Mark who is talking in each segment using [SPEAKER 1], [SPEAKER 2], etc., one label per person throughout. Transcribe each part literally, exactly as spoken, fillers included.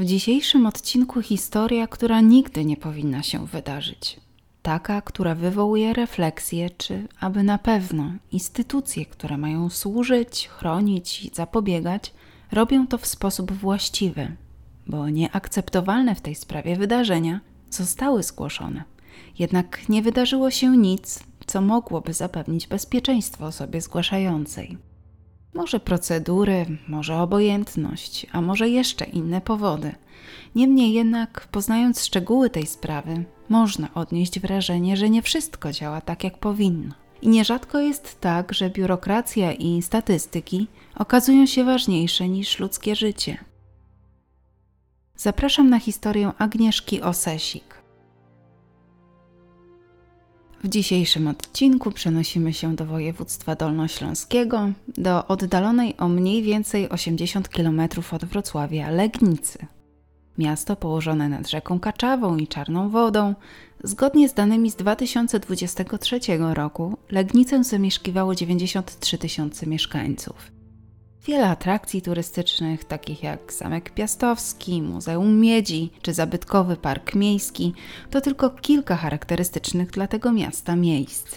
[SPEAKER 1] W dzisiejszym odcinku historia, która nigdy nie powinna się wydarzyć. Taka, która wywołuje refleksję, czy aby na pewno instytucje, które mają służyć, chronić i zapobiegać, robią to w sposób właściwy, bo nieakceptowalne w tej sprawie wydarzenia zostały zgłoszone. Jednak nie wydarzyło się nic, co mogłoby zapewnić bezpieczeństwo osobie zgłaszającej. Może procedury, może obojętność, a może jeszcze inne powody. Niemniej jednak, poznając szczegóły tej sprawy, można odnieść wrażenie, że nie wszystko działa tak, jak powinno. I nierzadko jest tak, że biurokracja i statystyki okazują się ważniejsze niż ludzkie życie. Zapraszam na historię Agnieszki Osesik. W dzisiejszym odcinku przenosimy się do województwa dolnośląskiego, do oddalonej o mniej więcej osiemdziesiąt kilometrów od Wrocławia Legnicy. Miasto położone nad rzeką Kaczawą i Czarną Wodą. Zgodnie z danymi z dwa tysiące dwudziestego trzeciego roku Legnicę zamieszkiwało dziewięćdziesiąt trzy tysiące mieszkańców. Wiele atrakcji turystycznych, takich jak Zamek Piastowski, Muzeum Miedzi czy zabytkowy Park Miejski, to tylko kilka charakterystycznych dla tego miasta miejsc.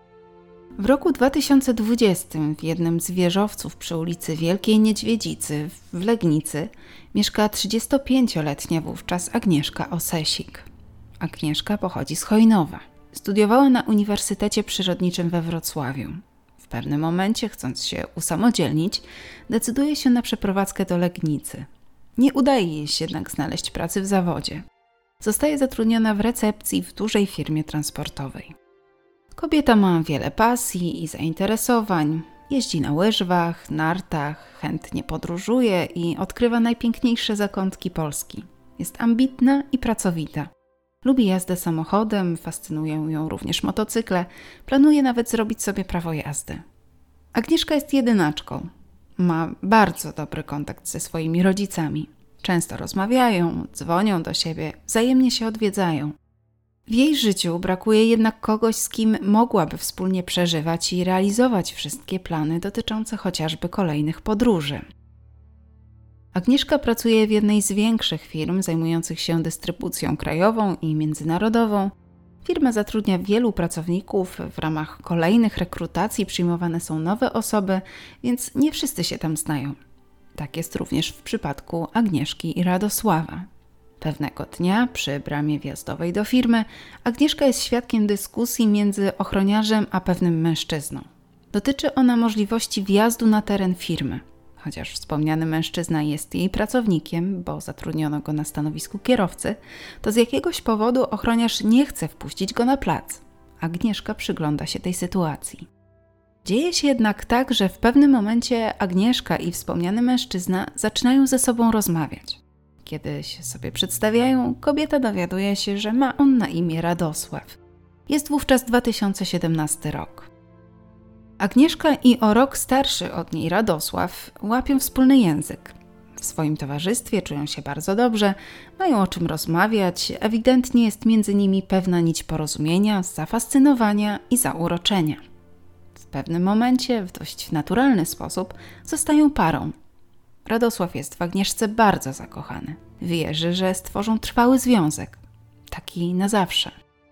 [SPEAKER 1] W roku dwa tysiące dwudziestym w jednym z wieżowców przy ulicy Wielkiej Niedźwiedzicy w Legnicy mieszka trzydziestopięcioletnia wówczas Agnieszka Osesik. Agnieszka pochodzi z Chojnowa. Studiowała na Uniwersytecie Przyrodniczym we Wrocławiu. W pewnym momencie, chcąc się usamodzielnić, decyduje się na przeprowadzkę do Legnicy. Nie udaje jej się jednak znaleźć pracy w zawodzie. Zostaje zatrudniona w recepcji w dużej firmie transportowej. Kobieta ma wiele pasji i zainteresowań. Jeździ na łyżwach, nartach, chętnie podróżuje i odkrywa najpiękniejsze zakątki Polski. Jest ambitna i pracowita. Lubi jazdę samochodem, fascynują ją również motocykle, planuje nawet zrobić sobie prawo jazdy. Agnieszka jest jedynaczką. Ma bardzo dobry kontakt ze swoimi rodzicami. Często rozmawiają, dzwonią do siebie, wzajemnie się odwiedzają. W jej życiu brakuje jednak kogoś, z kim mogłaby wspólnie przeżywać i realizować wszystkie plany dotyczące chociażby kolejnych podróży. Agnieszka pracuje w jednej z większych firm zajmujących się dystrybucją krajową i międzynarodową. Firma zatrudnia wielu pracowników, w ramach kolejnych rekrutacji przyjmowane są nowe osoby, więc nie wszyscy się tam znają. Tak jest również w przypadku Agnieszki i Radosława. Pewnego dnia przy bramie wjazdowej do firmy Agnieszka jest świadkiem dyskusji między ochroniarzem a pewnym mężczyzną. Dotyczy ona możliwości wjazdu na teren firmy. Chociaż wspomniany mężczyzna jest jej pracownikiem, bo zatrudniono go na stanowisku kierowcy, to z jakiegoś powodu ochroniarz nie chce wpuścić go na plac. Agnieszka przygląda się tej sytuacji. Dzieje się jednak tak, że w pewnym momencie Agnieszka i wspomniany mężczyzna zaczynają ze sobą rozmawiać. Kiedy się sobie przedstawiają, kobieta dowiaduje się, że ma on na imię Radosław. Jest wówczas dwa tysiące siedemnasty rok. Agnieszka i o rok starszy od niej Radosław łapią wspólny język. W swoim towarzystwie czują się bardzo dobrze, mają o czym rozmawiać, ewidentnie jest między nimi pewna nić porozumienia, zafascynowania i zauroczenia. W pewnym momencie, w dość naturalny sposób, zostają parą. Radosław jest w Agnieszce bardzo zakochany. Wierzy, że stworzą trwały związek. Taki na zawsze.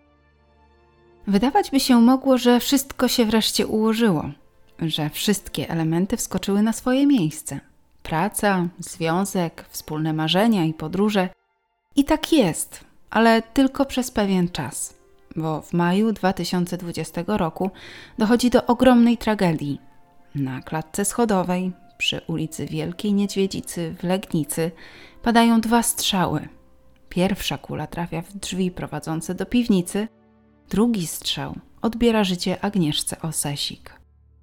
[SPEAKER 1] Wydawać by się mogło, że wszystko się wreszcie ułożyło, że wszystkie elementy wskoczyły na swoje miejsce. Praca, związek, wspólne marzenia i podróże. I tak jest, ale tylko przez pewien czas, bo w maju dwa tysiące dwudziestego roku dochodzi do ogromnej tragedii. Na klatce schodowej przy ulicy Wielkiej Niedźwiedzicy w Legnicy padają dwa strzały. Pierwsza kula trafia w drzwi prowadzące do piwnicy, drugi strzał odbiera życie Agnieszce Osesik.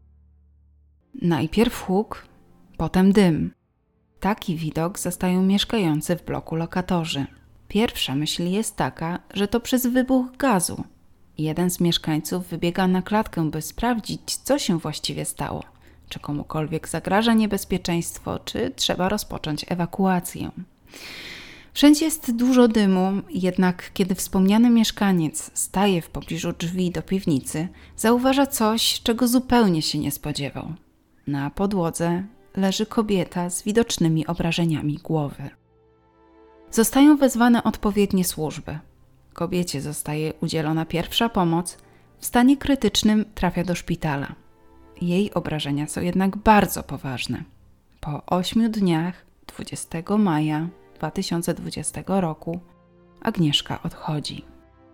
[SPEAKER 1] Najpierw huk, potem dym. Taki widok zastają mieszkający w bloku lokatorzy. Pierwsza myśl jest taka, że to przez wybuch gazu. Jeden z mieszkańców wybiega na klatkę, by sprawdzić, co się właściwie stało. Czy komukolwiek zagraża niebezpieczeństwo, czy trzeba rozpocząć ewakuację. Wszędzie jest dużo dymu, jednak kiedy wspomniany mieszkaniec staje w pobliżu drzwi do piwnicy, zauważa coś, czego zupełnie się nie spodziewał. Na podłodze leży kobieta z widocznymi obrażeniami głowy. Zostają wezwane odpowiednie służby. Kobiecie zostaje udzielona pierwsza pomoc, w stanie krytycznym trafia do szpitala. Jej obrażenia są jednak bardzo poważne. Po ośmiu dniach, dwudziestego maja dwa tysiące dwudziestego roku, Agnieszka odchodzi.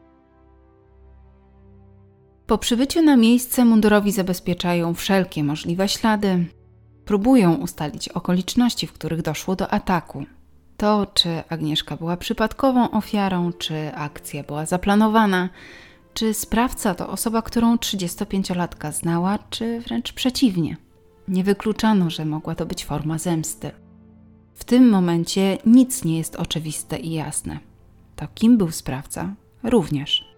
[SPEAKER 1] Po przybyciu na miejsce mundurowi zabezpieczają wszelkie możliwe ślady, próbują ustalić okoliczności, w których doszło do ataku. To, czy Agnieszka była przypadkową ofiarą, czy akcja była zaplanowana, czy sprawca to osoba, którą trzydziestopięciolatka znała, czy wręcz przeciwnie. Nie wykluczano, że mogła to być forma zemsty. W tym momencie nic nie jest oczywiste i jasne. To kim był sprawca? Również.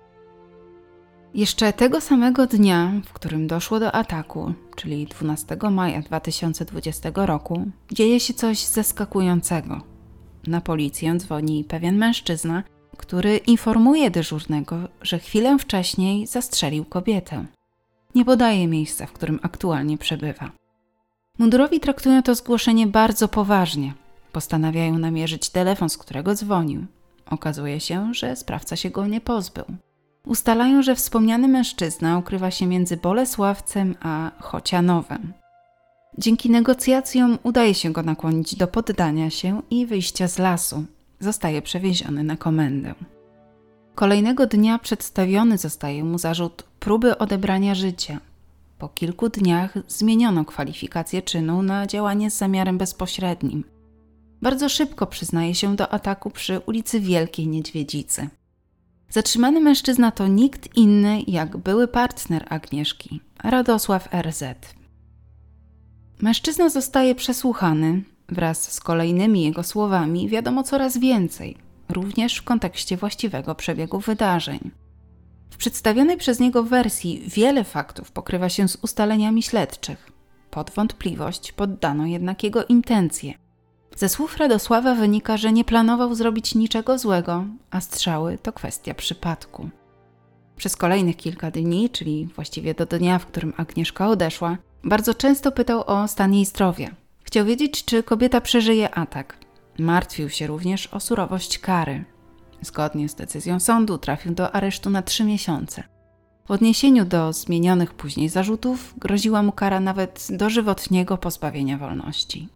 [SPEAKER 1] Jeszcze tego samego dnia, w którym doszło do ataku, czyli dwunastego maja dwa tysiące dwudziestego roku, dzieje się coś zaskakującego. Na policję dzwoni pewien mężczyzna, który informuje dyżurnego, że chwilę wcześniej zastrzelił kobietę. Nie podaje miejsca, w którym aktualnie przebywa. Mundurowi traktują to zgłoszenie bardzo poważnie. Postanawiają namierzyć telefon, z którego dzwonił. Okazuje się, że sprawca się go nie pozbył. Ustalają, że wspomniany mężczyzna ukrywa się między Bolesławcem a Chocianowem. Dzięki negocjacjom udaje się go nakłonić do poddania się i wyjścia z lasu. Zostaje przewieziony na komendę. Kolejnego dnia przedstawiony zostaje mu zarzut próby odebrania życia. Po kilku dniach zmieniono kwalifikację czynu na działanie z zamiarem bezpośrednim. Bardzo szybko przyznaje się do ataku przy ulicy Wielkiej Niedźwiedzicy. Zatrzymany mężczyzna to nikt inny jak były partner Agnieszki, Radosław R Z. Mężczyzna zostaje przesłuchany, wraz z kolejnymi jego słowami wiadomo coraz więcej, również w kontekście właściwego przebiegu wydarzeń. W przedstawionej przez niego wersji wiele faktów pokrywa się z ustaleniami śledczych. Pod wątpliwość poddano jednak jego intencje. Ze słów Radosława wynika, że nie planował zrobić niczego złego, a strzały to kwestia przypadku. Przez kolejnych kilka dni, czyli właściwie do dnia, w którym Agnieszka odeszła, bardzo często pytał o stan jej zdrowia. Chciał wiedzieć, czy kobieta przeżyje atak. Martwił się również o surowość kary. Zgodnie z decyzją sądu trafił do aresztu na trzy miesiące. W odniesieniu do zmienionych później zarzutów groziła mu kara nawet dożywotniego pozbawienia wolności.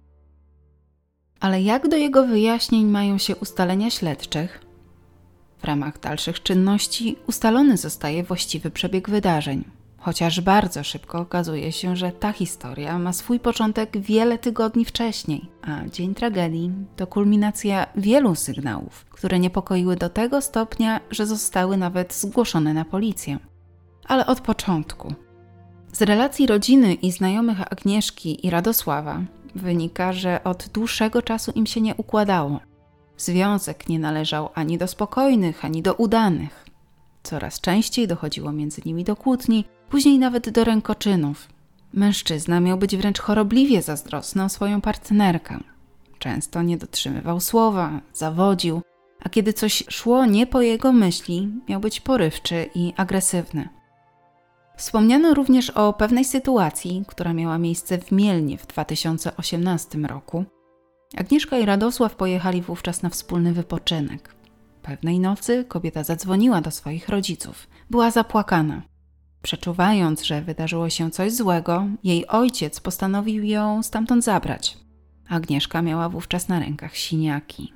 [SPEAKER 1] Ale jak do jego wyjaśnień mają się ustalenia śledczych? W ramach dalszych czynności ustalony zostaje właściwy przebieg wydarzeń. Chociaż bardzo szybko okazuje się, że ta historia ma swój początek wiele tygodni wcześniej, a dzień tragedii to kulminacja wielu sygnałów, które niepokoiły do tego stopnia, że zostały nawet zgłoszone na policję. Ale od początku. Z relacji rodziny i znajomych Agnieszki i Radosława wynika, że od dłuższego czasu im się nie układało. Związek nie należał ani do spokojnych, ani do udanych. Coraz częściej dochodziło między nimi do kłótni, później nawet do rękoczynów. Mężczyzna miał być wręcz chorobliwie zazdrosny o swoją partnerkę. Często nie dotrzymywał słowa, zawodził, a kiedy coś szło nie po jego myśli, miał być porywczy i agresywny. Wspomniano również o pewnej sytuacji, która miała miejsce w Mielnie w dwa tysiące osiemnastym roku. Agnieszka i Radosław pojechali wówczas na wspólny wypoczynek. Pewnej nocy kobieta zadzwoniła do swoich rodziców. Była zapłakana. Przeczuwając, że wydarzyło się coś złego, jej ojciec postanowił ją stamtąd zabrać. Agnieszka miała wówczas na rękach siniaki.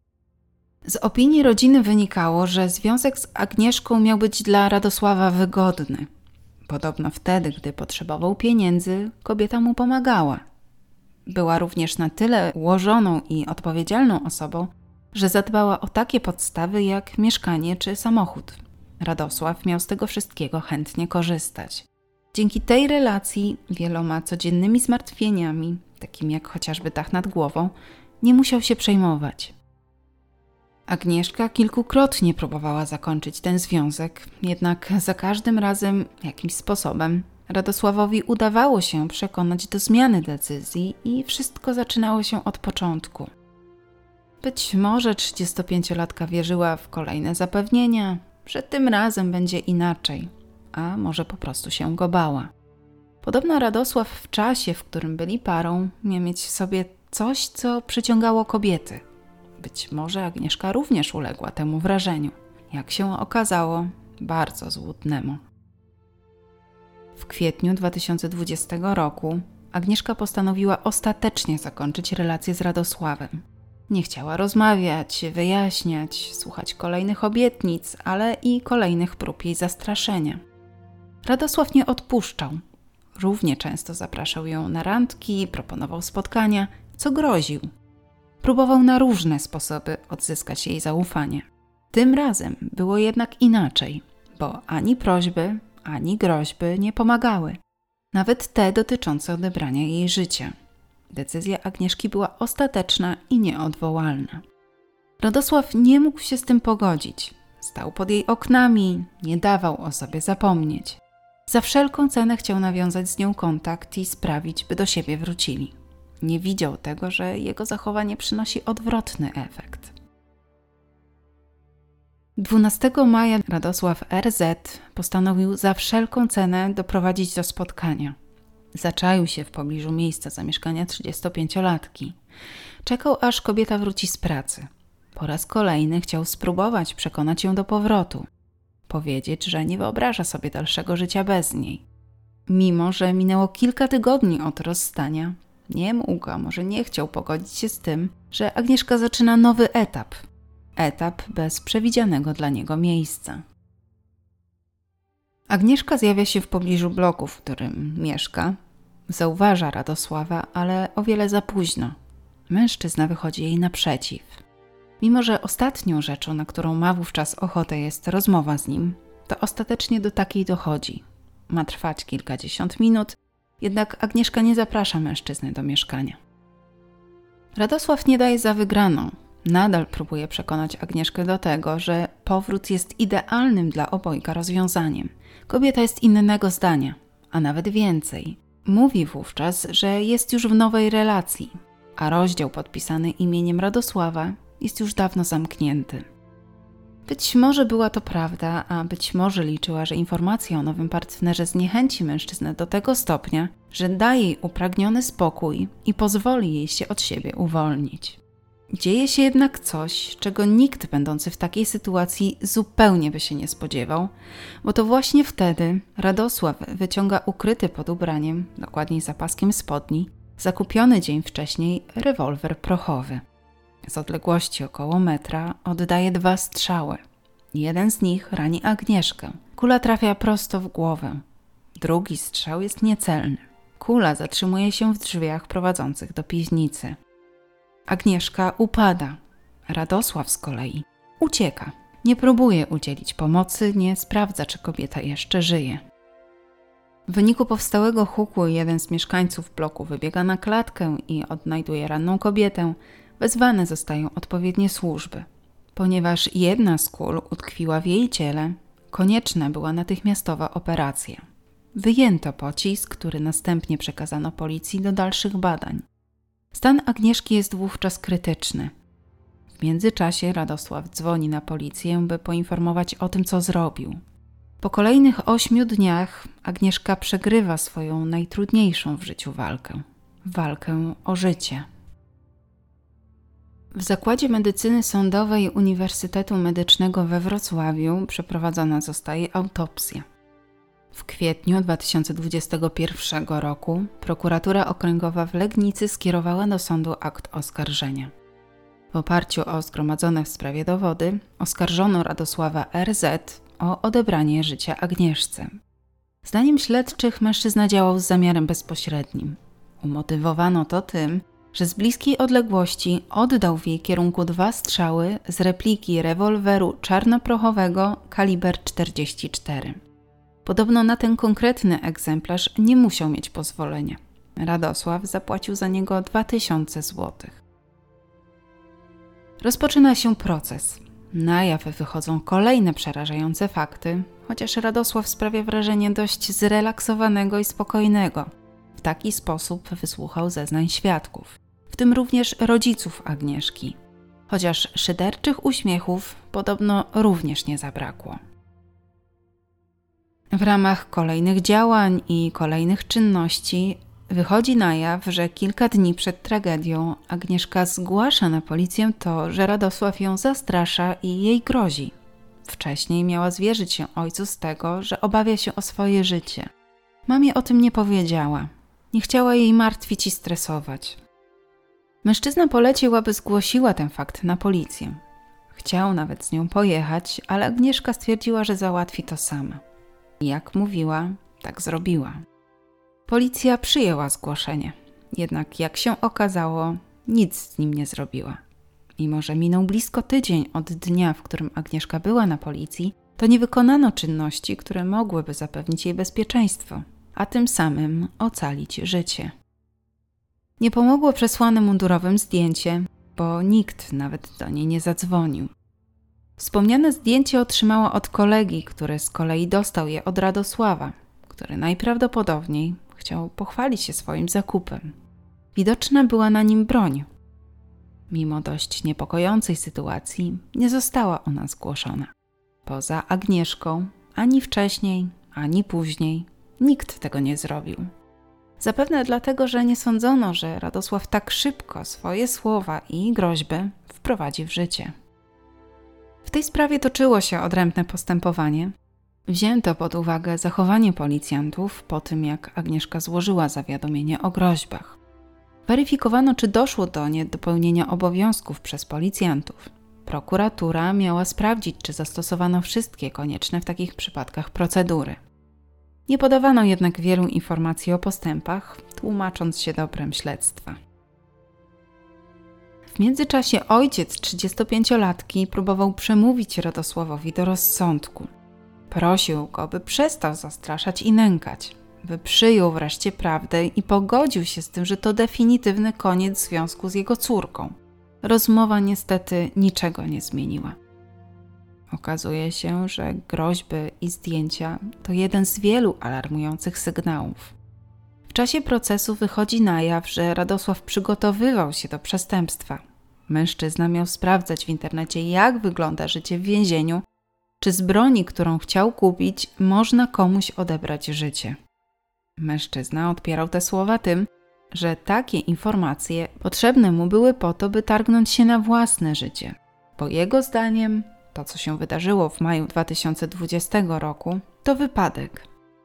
[SPEAKER 1] Z opinii rodziny wynikało, że związek z Agnieszką miał być dla Radosława wygodny. Podobno wtedy, gdy potrzebował pieniędzy, kobieta mu pomagała. Była również na tyle ułożoną i odpowiedzialną osobą, że zadbała o takie podstawy jak mieszkanie czy samochód. Radosław miał z tego wszystkiego chętnie korzystać. Dzięki tej relacji wieloma codziennymi zmartwieniami, takimi jak chociażby dach nad głową, nie musiał się przejmować. Agnieszka kilkukrotnie próbowała zakończyć ten związek, jednak za każdym razem jakimś sposobem Radosławowi udawało się przekonać do zmiany decyzji i wszystko zaczynało się od początku. Być może trzydziestopięciolatka wierzyła w kolejne zapewnienia, że tym razem będzie inaczej, a może po prostu się go bała. Podobno Radosław w czasie, w którym byli parą, miał mieć w sobie coś, co przyciągało kobiety. Być może Agnieszka również uległa temu wrażeniu. Jak się okazało, bardzo złudnemu. W kwietniu dwa tysiące dwudziestego roku Agnieszka postanowiła ostatecznie zakończyć relację z Radosławem. Nie chciała rozmawiać, wyjaśniać, słuchać kolejnych obietnic, ale i kolejnych prób jej zastraszenia. Radosław nie odpuszczał. Równie często zapraszał ją na randki, proponował spotkania, co groził. Próbował na różne sposoby odzyskać jej zaufanie. Tym razem było jednak inaczej, bo ani prośby, ani groźby nie pomagały. Nawet te dotyczące odebrania jej życia. Decyzja Agnieszki była ostateczna i nieodwołalna. Radosław nie mógł się z tym pogodzić. Stał pod jej oknami, nie dawał o sobie zapomnieć. Za wszelką cenę chciał nawiązać z nią kontakt i sprawić, by do siebie wrócili. Nie widział tego, że jego zachowanie przynosi odwrotny efekt. dwunastego maja Radosław R Z postanowił za wszelką cenę doprowadzić do spotkania. Zaczaił się w pobliżu miejsca zamieszkania trzydziestopięciolatki. Czekał, aż kobieta wróci z pracy. Po raz kolejny chciał spróbować przekonać ją do powrotu. Powiedzieć, że nie wyobraża sobie dalszego życia bez niej. Mimo że minęło kilka tygodni od rozstania, nie mógł, a może nie chciał pogodzić się z tym, że Agnieszka zaczyna nowy etap. Etap bez przewidzianego dla niego miejsca. Agnieszka zjawia się w pobliżu bloku, w którym mieszka. Zauważa Radosława, ale o wiele za późno. Mężczyzna wychodzi jej naprzeciw. Mimo że ostatnią rzeczą, na którą ma wówczas ochotę, jest rozmowa z nim, to ostatecznie do takiej dochodzi. Ma trwać kilkadziesiąt minut, jednak Agnieszka nie zaprasza mężczyzny do mieszkania. Radosław nie daje za wygraną. Nadal próbuje przekonać Agnieszkę do tego, że powrót jest idealnym dla obojga rozwiązaniem. Kobieta jest innego zdania, a nawet więcej. Mówi wówczas, że jest już w nowej relacji, a rozdział podpisany imieniem Radosława jest już dawno zamknięty. Być może była to prawda, a być może liczyła, że informacja o nowym partnerze zniechęci mężczyznę do tego stopnia, że da jej upragniony spokój i pozwoli jej się od siebie uwolnić. Dzieje się jednak coś, czego nikt będący w takiej sytuacji zupełnie by się nie spodziewał, bo to właśnie wtedy Radosław wyciąga ukryty pod ubraniem, dokładniej zapaskiem spodni, zakupiony dzień wcześniej rewolwer prochowy. Z odległości około metra oddaje dwa strzały. Jeden z nich rani Agnieszkę. Kula trafia prosto w głowę. Drugi strzał jest niecelny. Kula zatrzymuje się w drzwiach prowadzących do piwnicy. Agnieszka upada. Radosław z kolei ucieka. Nie próbuje udzielić pomocy, nie sprawdza, czy kobieta jeszcze żyje. W wyniku powstałego huku jeden z mieszkańców bloku wybiega na klatkę i odnajduje ranną kobietę. Wezwane zostają odpowiednie służby. Ponieważ jedna z kul utkwiła w jej ciele, konieczna była natychmiastowa operacja. Wyjęto pocisk, który następnie przekazano policji do dalszych badań. Stan Agnieszki jest wówczas krytyczny. W międzyczasie Radosław dzwoni na policję, by poinformować o tym, co zrobił. Po kolejnych ośmiu dniach Agnieszka przegrywa swoją najtrudniejszą w życiu walkę. Walkę o życie. W Zakładzie Medycyny Sądowej Uniwersytetu Medycznego we Wrocławiu przeprowadzona zostaje autopsja. W kwietniu dwa tysiące dwudziestego pierwszego roku prokuratura okręgowa w Legnicy skierowała do sądu akt oskarżenia. W oparciu o zgromadzone w sprawie dowody oskarżono Radosława R Z o odebranie życia Agnieszce. Zdaniem śledczych mężczyzna działał z zamiarem bezpośrednim. Umotywowano to tym, że z bliskiej odległości oddał w jej kierunku dwa strzały z repliki rewolweru czarnoprochowego kaliber czterdzieści cztery. Podobno na ten konkretny egzemplarz nie musiał mieć pozwolenia. Radosław zapłacił za niego dwa tysiące złotych. Rozpoczyna się proces. Na jaw wychodzą kolejne przerażające fakty, chociaż Radosław sprawia wrażenie dość zrelaksowanego i spokojnego. W taki sposób wysłuchał zeznań świadków, w tym również rodziców Agnieszki. Chociaż szyderczych uśmiechów podobno również nie zabrakło. W ramach kolejnych działań i kolejnych czynności Wychodzi na jaw, że kilka dni przed tragedią Agnieszka zgłasza na policję to, że Radosław ją zastrasza i jej grozi. Wcześniej miała zwierzyć się ojcu z tego, że obawia się o swoje życie. Mamie o tym nie powiedziała. Nie chciała jej martwić i stresować. Mężczyzna polecił, aby zgłosiła ten fakt na policję. Chciał nawet z nią pojechać, ale Agnieszka stwierdziła, że załatwi to sama. I jak mówiła, tak zrobiła. Policja przyjęła zgłoszenie, jednak jak się okazało, nic z nim nie zrobiła. Mimo że minął blisko tydzień od dnia, w którym Agnieszka była na policji, to nie wykonano czynności, które mogłyby zapewnić jej bezpieczeństwo, a tym samym ocalić życie. Nie pomogło przesłane mundurowym zdjęcie, bo nikt nawet do niej nie zadzwonił. Wspomniane zdjęcie otrzymała od kolegi, który z kolei dostał je od Radosława, który najprawdopodobniej chciał pochwalić się swoim zakupem. Widoczna była na nim broń. Mimo dość niepokojącej sytuacji nie została ona zgłoszona. Poza Agnieszką ani wcześniej, ani później nikt tego nie zrobił. Zapewne dlatego, że nie sądzono, że Radosław tak szybko swoje słowa i groźby wprowadzi w życie. W tej sprawie toczyło się odrębne postępowanie. Wzięto pod uwagę zachowanie policjantów po tym, jak Agnieszka złożyła zawiadomienie o groźbach. Weryfikowano, czy doszło do niedopełnienia obowiązków przez policjantów. Prokuratura miała sprawdzić, czy zastosowano wszystkie konieczne w takich przypadkach procedury. Nie podawano jednak wielu informacji o postępach, tłumacząc się dobrem śledztwa. W międzyczasie ojciec trzydziestopięciolatki próbował przemówić Radosławowi do rozsądku. Prosił go, by przestał zastraszać i nękać, by przyjął wreszcie prawdę i pogodził się z tym, że to definitywny koniec związku z jego córką. Rozmowa niestety niczego nie zmieniła. Okazuje się, że groźby i zdjęcia to jeden z wielu alarmujących sygnałów. W czasie procesu wychodzi na jaw, że Radosław przygotowywał się do przestępstwa. Mężczyzna miał sprawdzać w internecie, jak wygląda życie w więzieniu, czy z broni, którą chciał kupić, można komuś odebrać życie. Mężczyzna odpierał te słowa tym, że takie informacje potrzebne mu były po to, by targnąć się na własne życie. Bo jego zdaniem to, co się wydarzyło w maju dwa tysiące dwudziestego roku, to wypadek.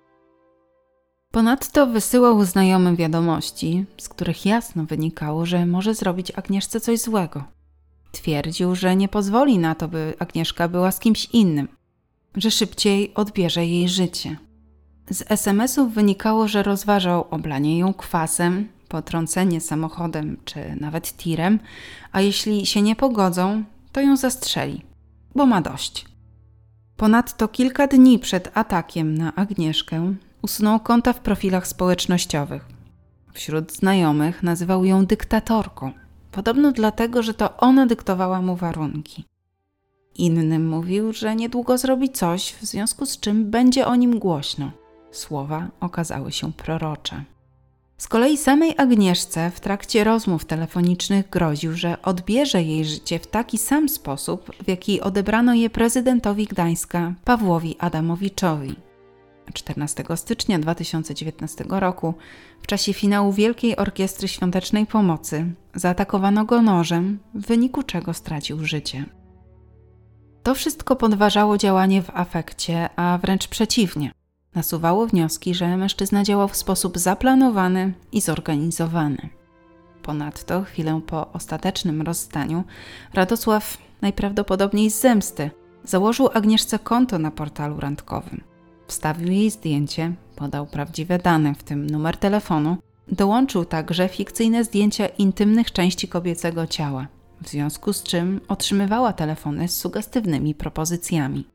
[SPEAKER 1] Ponadto wysyłał znajomym wiadomości, z których jasno wynikało, że może zrobić Agnieszce coś złego. Twierdził, że nie pozwoli na to, by Agnieszka była z kimś innym, że szybciej odbierze jej życie. Z es em esów wynikało, że rozważał oblanie ją kwasem, potrącenie samochodem czy nawet tirem, a jeśli się nie pogodzą, to ją zastrzeli, bo ma dość. Ponadto kilka dni przed atakiem na Agnieszkę usunął konta w profilach społecznościowych. Wśród znajomych nazywał ją dyktatorką, podobno dlatego, że to ona dyktowała mu warunki. Innym mówił, że niedługo zrobi coś, w związku z czym będzie o nim głośno. Słowa okazały się prorocze. Z kolei samej Agnieszce w trakcie rozmów telefonicznych groził, że odbierze jej życie w taki sam sposób, w jaki odebrano je prezydentowi Gdańska Pawłowi Adamowiczowi. czternastego stycznia dwa tysiące dziewiętnastego roku, w czasie finału Wielkiej Orkiestry Świątecznej Pomocy, zaatakowano go nożem, w wyniku czego stracił życie. To wszystko podważało działanie w afekcie, a wręcz przeciwnie. Nasuwało wnioski, że mężczyzna działał w sposób zaplanowany i zorganizowany. Ponadto, chwilę po ostatecznym rozstaniu, Radosław, najprawdopodobniej z zemsty, założył Agnieszce konto na portalu randkowym. Wstawił jej zdjęcie, podał prawdziwe dane, w tym numer telefonu, dołączył także fikcyjne zdjęcia intymnych części kobiecego ciała, w związku z czym otrzymywała telefony z sugestywnymi propozycjami.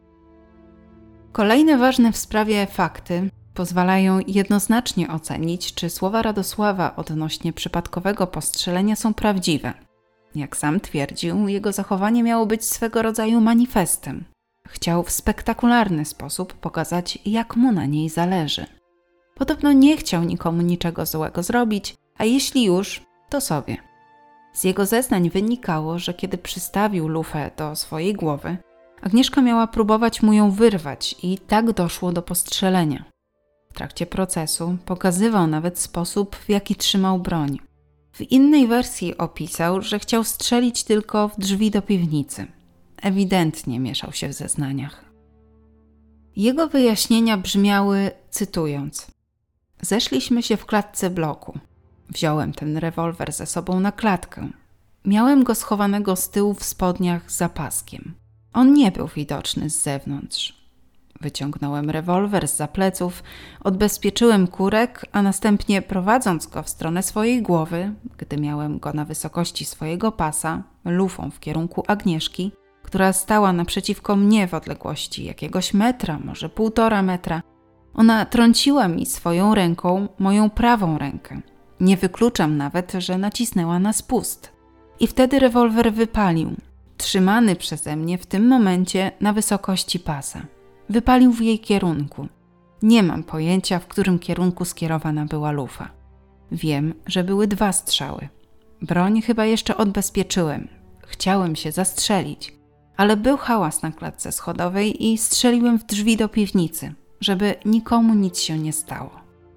[SPEAKER 1] Kolejne ważne w sprawie fakty pozwalają jednoznacznie ocenić, czy słowa Radosława odnośnie przypadkowego postrzelenia są prawdziwe. Jak sam twierdził, jego zachowanie miało być swego rodzaju manifestem. Chciał w spektakularny sposób pokazać, jak mu na niej zależy. Podobno nie chciał nikomu niczego złego zrobić, a jeśli już, to sobie. Z jego zeznań wynikało, że kiedy przystawił lufę do swojej głowy, Agnieszka miała próbować mu ją wyrwać i tak doszło do postrzelenia. W trakcie procesu pokazywał nawet sposób, w jaki trzymał broń. W innej wersji opisał, że chciał strzelić tylko w drzwi do piwnicy. Ewidentnie mieszał się w zeznaniach. Jego wyjaśnienia brzmiały, cytując: zeszliśmy się w klatce bloku. Wziąłem ten rewolwer ze sobą na klatkę. Miałem go schowanego z tyłu w spodniach za paskiem. On nie był widoczny z zewnątrz. Wyciągnąłem rewolwer zza pleców, odbezpieczyłem kurek, a następnie prowadząc go w stronę swojej głowy, gdy miałem go na wysokości swojego pasa, lufą w kierunku Agnieszki, która stała naprzeciwko mnie w odległości jakiegoś metra, może półtora metra, ona trąciła mi swoją ręką moją prawą rękę. Nie wykluczam nawet, że nacisnęła na spust. I wtedy rewolwer wypalił, trzymany przeze mnie w tym momencie na wysokości pasa. Wypalił w jej kierunku. Nie mam pojęcia, w którym kierunku skierowana była lufa. Wiem, że były dwa strzały. Broń chyba jeszcze odbezpieczyłem. Chciałem się zastrzelić, ale był hałas na klatce schodowej i strzeliłem w drzwi do piwnicy, żeby nikomu nic się nie stało.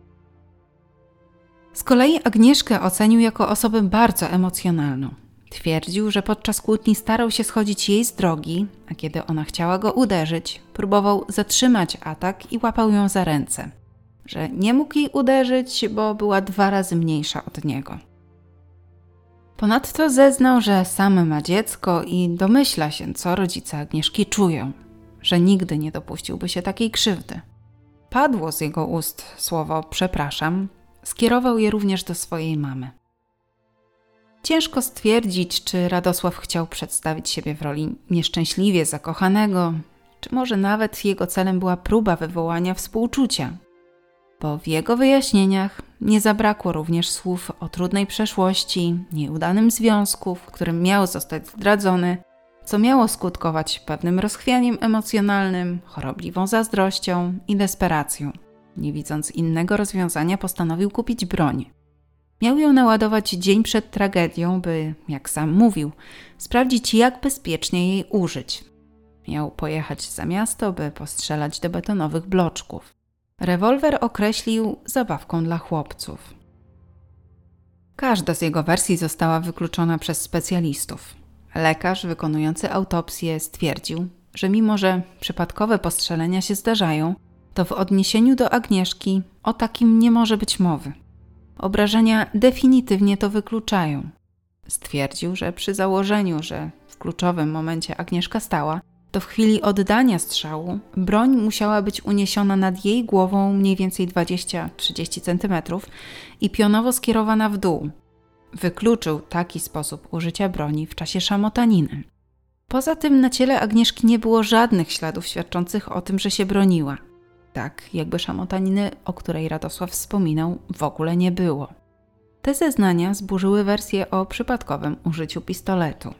[SPEAKER 1] Z kolei Agnieszkę ocenił jako osobę bardzo emocjonalną. Twierdził, że podczas kłótni starał się schodzić jej z drogi, a kiedy ona chciała go uderzyć, próbował zatrzymać atak i łapał ją za ręce. Że nie mógł jej uderzyć, bo była dwa razy mniejsza od niego. Ponadto zeznał, że sam ma dziecko i domyśla się, co rodzice Agnieszki czują, że nigdy nie dopuściłby się takiej krzywdy. Padło z jego ust słowo przepraszam, skierował je również do swojej mamy. Ciężko stwierdzić, czy Radosław chciał przedstawić siebie w roli nieszczęśliwie zakochanego, czy może nawet jego celem była próba wywołania współczucia, bo w jego wyjaśnieniach nie zabrakło również słów o trudnej przeszłości, nieudanym związku, w którym miał zostać zdradzony, co miało skutkować pewnym rozchwianiem emocjonalnym, chorobliwą zazdrością i desperacją. Nie widząc innego rozwiązania, postanowił kupić broń. Miał ją naładować dzień przed tragedią, by, jak sam mówił, sprawdzić, jak bezpiecznie jej użyć. Miał pojechać za miasto, by postrzelać do betonowych bloczków. Rewolwer określił zabawką dla chłopców. Każda z jego wersji została wykluczona przez specjalistów. Lekarz wykonujący autopsję stwierdził, że mimo że przypadkowe postrzelenia się zdarzają, to w odniesieniu do Agnieszki o takim nie może być mowy. Obrażenia definitywnie to wykluczają. Stwierdził, że przy założeniu, że w kluczowym momencie Agnieszka stała, to w chwili oddania strzału broń musiała być uniesiona nad jej głową mniej więcej dwadzieścia do trzydziestu centymetrów i pionowo skierowana w dół. Wykluczył taki sposób użycia broni w czasie szamotaniny. Poza tym na ciele Agnieszki nie było żadnych śladów świadczących o tym, że się broniła. Tak, jakby szamotaniny, o której Radosław wspominał, w ogóle nie było. Te zeznania zburzyły wersję o przypadkowym użyciu pistoletu.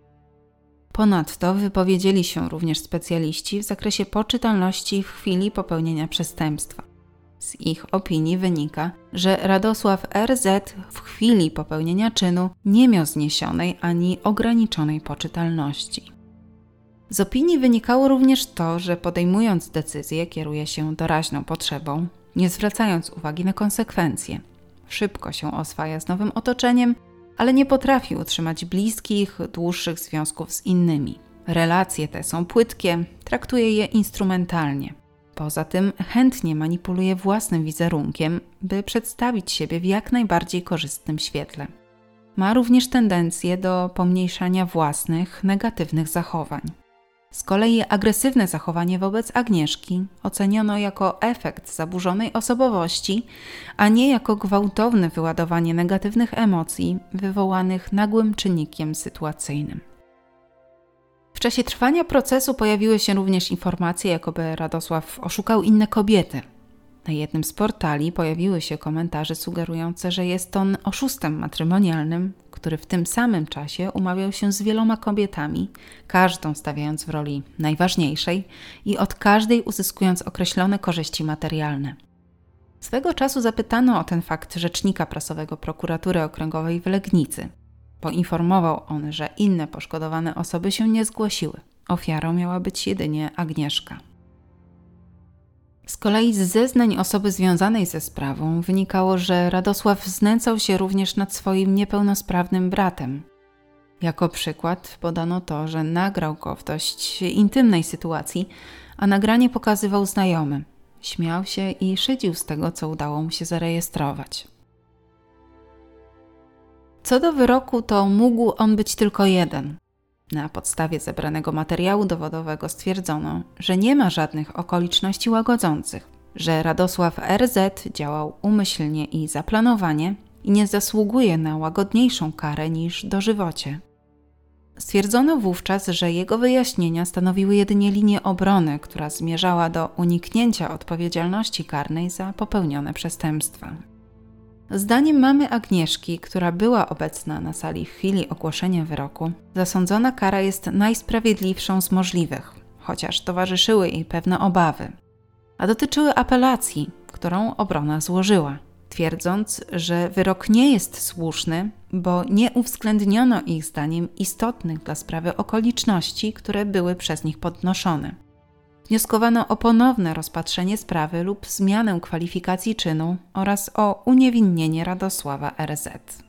[SPEAKER 1] Ponadto wypowiedzieli się również specjaliści w zakresie poczytalności w chwili popełnienia przestępstwa. Z ich opinii wynika, że Radosław R Z w chwili popełnienia czynu nie miał zniesionej ani ograniczonej poczytalności. Z opinii wynikało również to, że podejmując decyzję kieruje się doraźną potrzebą, nie zwracając uwagi na konsekwencje. Szybko się oswaja z nowym otoczeniem, ale nie potrafi utrzymać bliskich, dłuższych związków z innymi. Relacje te są płytkie, traktuje je instrumentalnie. Poza tym chętnie manipuluje własnym wizerunkiem, by przedstawić siebie w jak najbardziej korzystnym świetle. Ma również tendencję do pomniejszania własnych, negatywnych zachowań. Z kolei agresywne zachowanie wobec Agnieszki oceniono jako efekt zaburzonej osobowości, a nie jako gwałtowne wyładowanie negatywnych emocji wywołanych nagłym czynnikiem sytuacyjnym. W czasie trwania procesu pojawiły się również informacje, jakoby Radosław oszukał inne kobiety. Na jednym z portali pojawiły się komentarze sugerujące, że jest on oszustem matrymonialnym, który w tym samym czasie umawiał się z wieloma kobietami, każdą stawiając w roli najważniejszej i od każdej uzyskując określone korzyści materialne. Swego czasu zapytano o ten fakt rzecznika prasowego Prokuratury Okręgowej w Legnicy. Poinformował on, że inne poszkodowane osoby się nie zgłosiły. Ofiarą miała być jedynie Agnieszka. Z kolei z zeznań osoby związanej ze sprawą wynikało, że Radosław znęcał się również nad swoim niepełnosprawnym bratem. Jako przykład podano to, że nagrał go w dość intymnej sytuacji, a nagranie pokazywał znajomy. Śmiał się i szydził z tego, co udało mu się zarejestrować. Co do wyroku, to mógł on być tylko jeden. Na podstawie zebranego materiału dowodowego stwierdzono, że nie ma żadnych okoliczności łagodzących, że Radosław R Z działał umyślnie i zaplanowanie i nie zasługuje na łagodniejszą karę niż dożywocie. Stwierdzono wówczas, że jego wyjaśnienia stanowiły jedynie linię obrony, która zmierzała do uniknięcia odpowiedzialności karnej za popełnione przestępstwa. Zdaniem mamy Agnieszki, która była obecna na sali w chwili ogłoszenia wyroku, zasądzona kara jest najsprawiedliwszą z możliwych, chociaż towarzyszyły jej pewne obawy, a dotyczyły apelacji, którą obrona złożyła, twierdząc, że wyrok nie jest słuszny, bo nie uwzględniono ich zdaniem istotnych dla sprawy okoliczności, które były przez nich podnoszone. Wnioskowano o ponowne rozpatrzenie sprawy lub zmianę kwalifikacji czynu oraz o uniewinnienie Radosława R Z.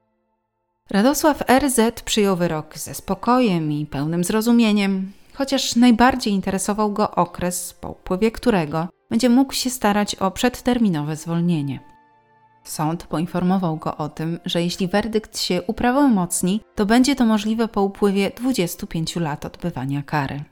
[SPEAKER 1] Radosław R Z przyjął wyrok ze spokojem i pełnym zrozumieniem, chociaż najbardziej interesował go okres, po upływie którego będzie mógł się starać o przedterminowe zwolnienie. Sąd poinformował go o tym, że jeśli werdykt się uprawomocni, to będzie to możliwe po upływie dwudziestu pięciu lat odbywania kary.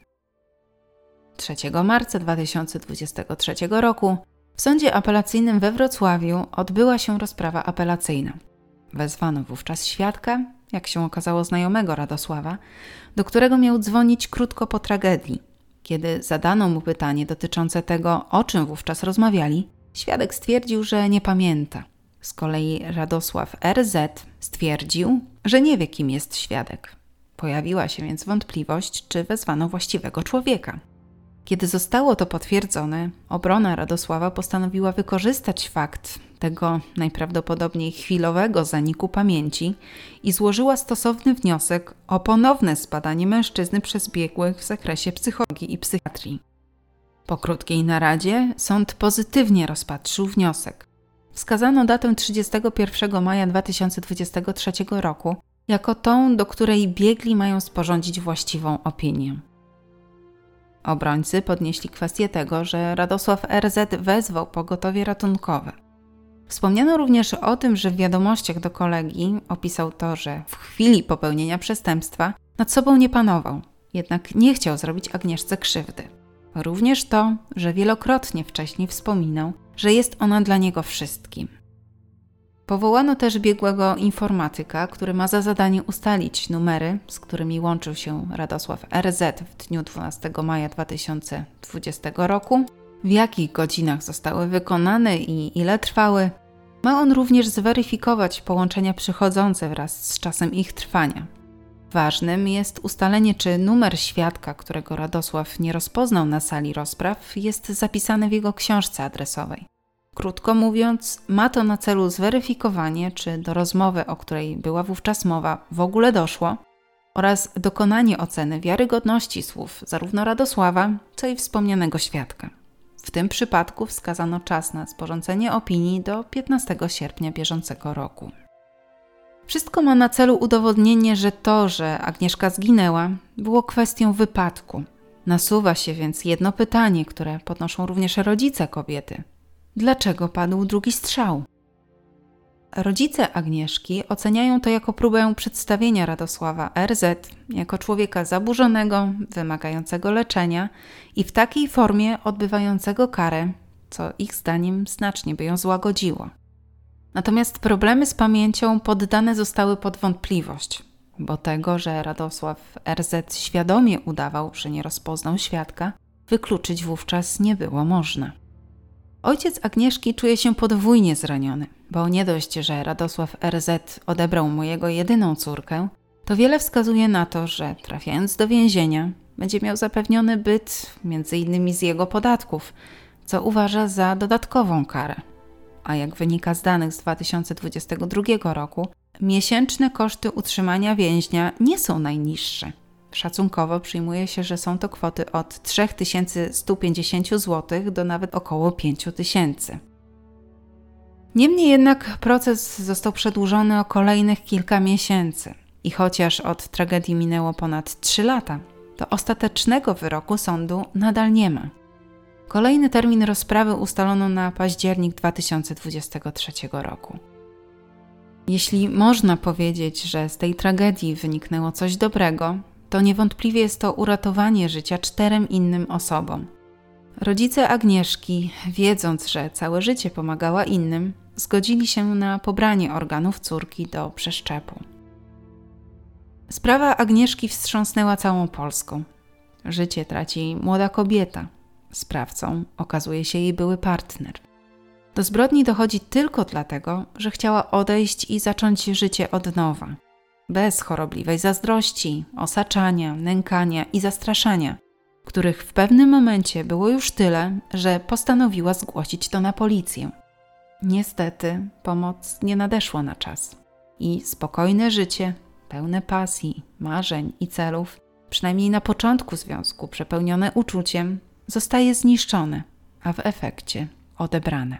[SPEAKER 1] trzeciego marca dwa tysiące dwudziestego trzeciego roku w Sądzie Apelacyjnym we Wrocławiu odbyła się rozprawa apelacyjna. Wezwano wówczas świadka, jak się okazało znajomego Radosława, do którego miał dzwonić krótko po tragedii. Kiedy zadano mu pytanie dotyczące tego, o czym wówczas rozmawiali, świadek stwierdził, że nie pamięta. Z kolei Radosław R Z stwierdził, że nie wie, kim jest świadek. Pojawiła się więc wątpliwość, czy wezwano właściwego człowieka. Kiedy zostało to potwierdzone, obrona Radosława postanowiła wykorzystać fakt tego najprawdopodobniej chwilowego zaniku pamięci i złożyła stosowny wniosek o ponowne zbadanie mężczyzny przez biegłych w zakresie psychologii i psychiatrii. Po krótkiej naradzie sąd pozytywnie rozpatrzył wniosek. Wskazano datę trzydziestego pierwszego maja dwa tysiące dwudziestego trzeciego roku jako tą, do której biegli mają sporządzić właściwą opinię. Obrońcy podnieśli kwestię tego, że Radosław R Z wezwał pogotowie ratunkowe. Wspomniano również o tym, że w wiadomościach do kolegi opisał to, że w chwili popełnienia przestępstwa nad sobą nie panował, jednak nie chciał zrobić Agnieszce krzywdy. Również to, że wielokrotnie wcześniej wspominał, że jest ona dla niego wszystkim. Powołano też biegłego informatyka, który ma za zadanie ustalić numery, z którymi łączył się Radosław R Z w dniu dwunastego maja dwa tysiące dwudziestego roku, w jakich godzinach zostały wykonane i ile trwały. Ma on również zweryfikować połączenia przychodzące wraz z czasem ich trwania. Ważnym jest ustalenie, czy numer świadka, którego Radosław nie rozpoznał na sali rozpraw, jest zapisany w jego książce adresowej. Krótko mówiąc, ma to na celu zweryfikowanie, czy do rozmowy, o której była wówczas mowa, w ogóle doszło, oraz dokonanie oceny wiarygodności słów zarówno Radosława, co i wspomnianego świadka. W tym przypadku wskazano czas na sporządzenie opinii do piętnastego sierpnia bieżącego roku. Wszystko ma na celu udowodnienie, że to, że Agnieszka zginęła, było kwestią wypadku. Nasuwa się więc jedno pytanie, które podnoszą również rodzice kobiety. Dlaczego padł drugi strzał? Rodzice Agnieszki oceniają to jako próbę przedstawienia Radosława R Z jako człowieka zaburzonego, wymagającego leczenia i w takiej formie odbywającego karę, co ich zdaniem znacznie by ją złagodziło. Natomiast problemy z pamięcią poddane zostały pod wątpliwość, bo tego, że Radosław R Z świadomie udawał, że nie rozpoznał świadka, wykluczyć wówczas nie było można. Ojciec Agnieszki czuje się podwójnie zraniony, bo nie dość, że Radosław R Z odebrał mu jego jedyną córkę, to wiele wskazuje na to, że trafiając do więzienia, będzie miał zapewniony byt między innymi z jego podatków, co uważa za dodatkową karę. A jak wynika z danych z dwa tysiące dwudziestego drugiego roku, miesięczne koszty utrzymania więźnia nie są najniższe. Szacunkowo przyjmuje się, że są to kwoty od trzy tysiące sto pięćdziesiąt złotych do nawet około pięć tysięcy. Niemniej jednak proces został przedłużony o kolejnych kilka miesięcy i chociaż od tragedii minęło ponad trzy lata, to ostatecznego wyroku sądu nadal nie ma. Kolejny termin rozprawy ustalono na październik dwa tysiące dwudziestego trzeciego roku. Jeśli można powiedzieć, że z tej tragedii wyniknęło coś dobrego, to niewątpliwie jest to uratowanie życia czterem innym osobom. Rodzice Agnieszki, wiedząc, że całe życie pomagała innym, zgodzili się na pobranie organów córki do przeszczepu. Sprawa Agnieszki wstrząsnęła całą Polską. Życie traci młoda kobieta. Sprawcą okazuje się jej były partner. Do zbrodni dochodzi tylko dlatego, że chciała odejść i zacząć życie od nowa. Bez chorobliwej zazdrości, osaczania, nękania i zastraszania, których w pewnym momencie było już tyle, że postanowiła zgłosić to na policję. Niestety pomoc nie nadeszła na czas i spokojne życie, pełne pasji, marzeń i celów, przynajmniej na początku związku przepełnione uczuciem, zostaje zniszczone, a w efekcie odebrane.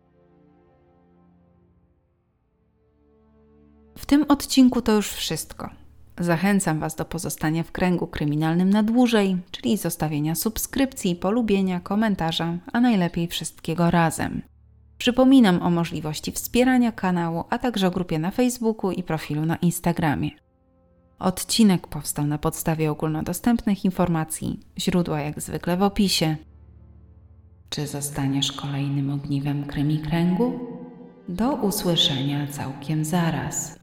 [SPEAKER 1] W tym odcinku to już wszystko. Zachęcam Was do pozostania w kręgu kryminalnym na dłużej, czyli zostawienia subskrypcji, polubienia, komentarza, a najlepiej wszystkiego razem. Przypominam o możliwości wspierania kanału, a także o grupie na Facebooku i profilu na Instagramie. Odcinek powstał na podstawie ogólnodostępnych informacji, źródła jak zwykle w opisie. Czy zostaniesz kolejnym ogniwem Krymi Kręgu? Do usłyszenia całkiem zaraz.